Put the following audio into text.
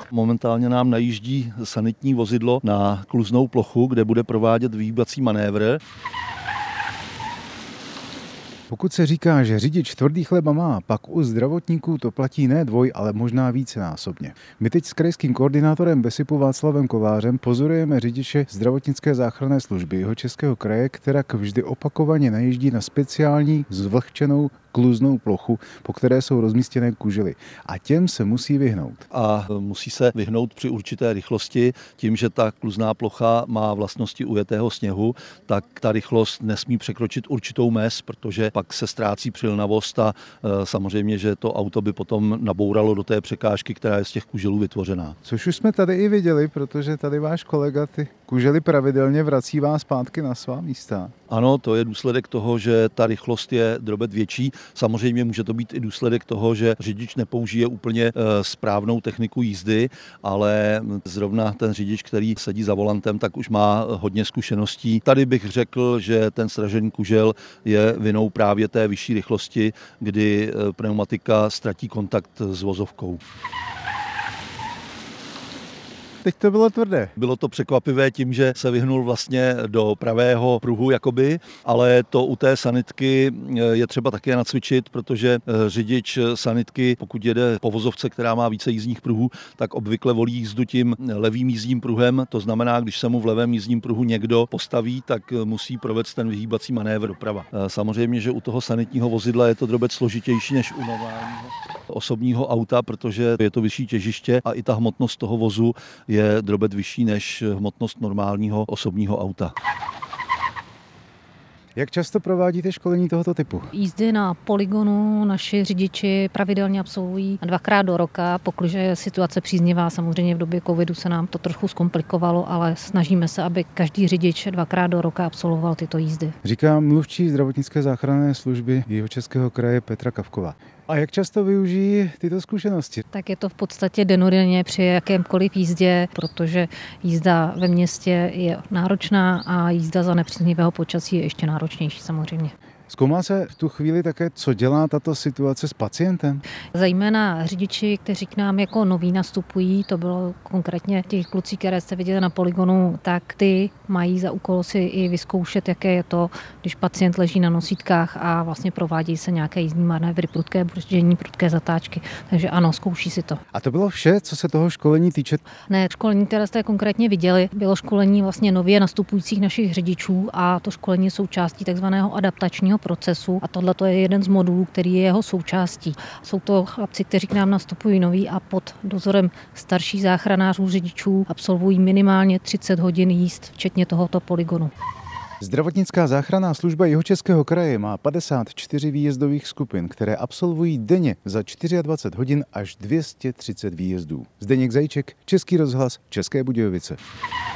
Momentálně nám najíždí sanitní vozidlo na kluznou plochu, kde bude provádět vyhýbací manévr. Pokud se říká, že řidič tvrdý chleba má, pak u zdravotníků to platí ne ale možná vícenásobně. My teď s krajským koordinátorem BESIPu Václavem Kovářem pozorujeme řidiče zdravotnické záchranné služby Jihočeského kraje, která vždy opakovaně najíždí na speciální zvlhčenou kluznou plochu, po které jsou rozmístěné kužely. A těm se musí vyhnout. A musí se vyhnout při určité rychlosti. Tím, že ta kluzná plocha má vlastnosti ujetého sněhu, tak ta rychlost nesmí překročit určitou mez, protože pak se ztrácí přilnavost a samozřejmě, že to auto by potom nabouralo do té překážky, která je z těch kuželů vytvořená. Což už jsme tady i viděli, protože tady váš kolega ty kužely pravidelně vrací vás zpátky na svá místa. Ano, to je důsledek toho, že ta rychlost je drobet větší. Samozřejmě může to být i důsledek toho, že řidič nepoužije úplně správnou techniku jízdy, ale zrovna ten řidič, který sedí za volantem, tak už má hodně zkušeností. Tady bych řekl, že ten sražený kužel je vinou právě té vyšší rychlosti, kdy pneumatika ztratí kontakt s vozovkou. Teď to bylo tvrdé. Bylo to překvapivé tím, že se vyhnul vlastně do pravého pruhu jakoby, ale to u té sanitky je třeba také nacvičit, protože řidič sanitky, pokud jede po vozovce, která má více jízdních pruhů, tak obvykle volí jízdu tím levým jízdním pruhem. To znamená, když se mu v levém jízdním pruhu někdo postaví, tak musí provést ten vyhýbací manévr doprava. Samozřejmě, že u toho sanitního vozidla je to drobec složitější než u normálního osobního auta, protože je to vyšší těžiště a i ta hmotnost toho vozu je drobet vyšší než hmotnost normálního osobního auta. Jak často provádíte školení tohoto typu? Jízdy na poligonu naši řidiči pravidelně absolvují 2krát do roka, pokud je situace příznivá. Samozřejmě v době covidu se nám to trochu zkomplikovalo, ale snažíme se, aby každý řidič 2krát do roka absolvoval tyto jízdy. Říká mluvčí zdravotnické záchranné služby Jihočeského kraje Petra Kavková. A jak často využijí tyto zkušenosti? Tak je to v podstatě dennodenně při jakémkoliv jízdě, protože jízda ve městě je náročná a jízda za nepříznivého počasí je ještě náročnější samozřejmě. Zkoumá se v tu chvíli také, co dělá tato situace s pacientem? Zejména řidiči, kteří k nám jako noví nastupují, to bylo konkrétně těch kluci, které jste viděli na poligonu, tak ty mají za úkol si i vyzkoušet, jaké je to, když pacient leží na nosítkách a vlastně provádí se nějaké jízdní manévry, prudké brzdění, prudké zatáčky. Takže ano, zkouší si to. A to bylo vše, co se toho školení týče? Ne, školení, které jste konkrétně viděli, bylo školení vlastně nově nastupujících našich řidičů a to školení je součástí takzvaného adaptačního procesu a tohle je jeden z modulů, který je jeho součástí. Jsou to chlapci, kteří k nám nastupují noví a pod dozorem starších záchranářů řidičů absolvují minimálně 30 hodin jízd, včetně tohoto poligonu. Zdravotnická záchranná služba Jihočeského kraje má 54 výjezdových skupin, které absolvují denně za 24 hodin až 230 výjezdů. Zdeněk Zajíček, Český rozhlas, České Budějovice.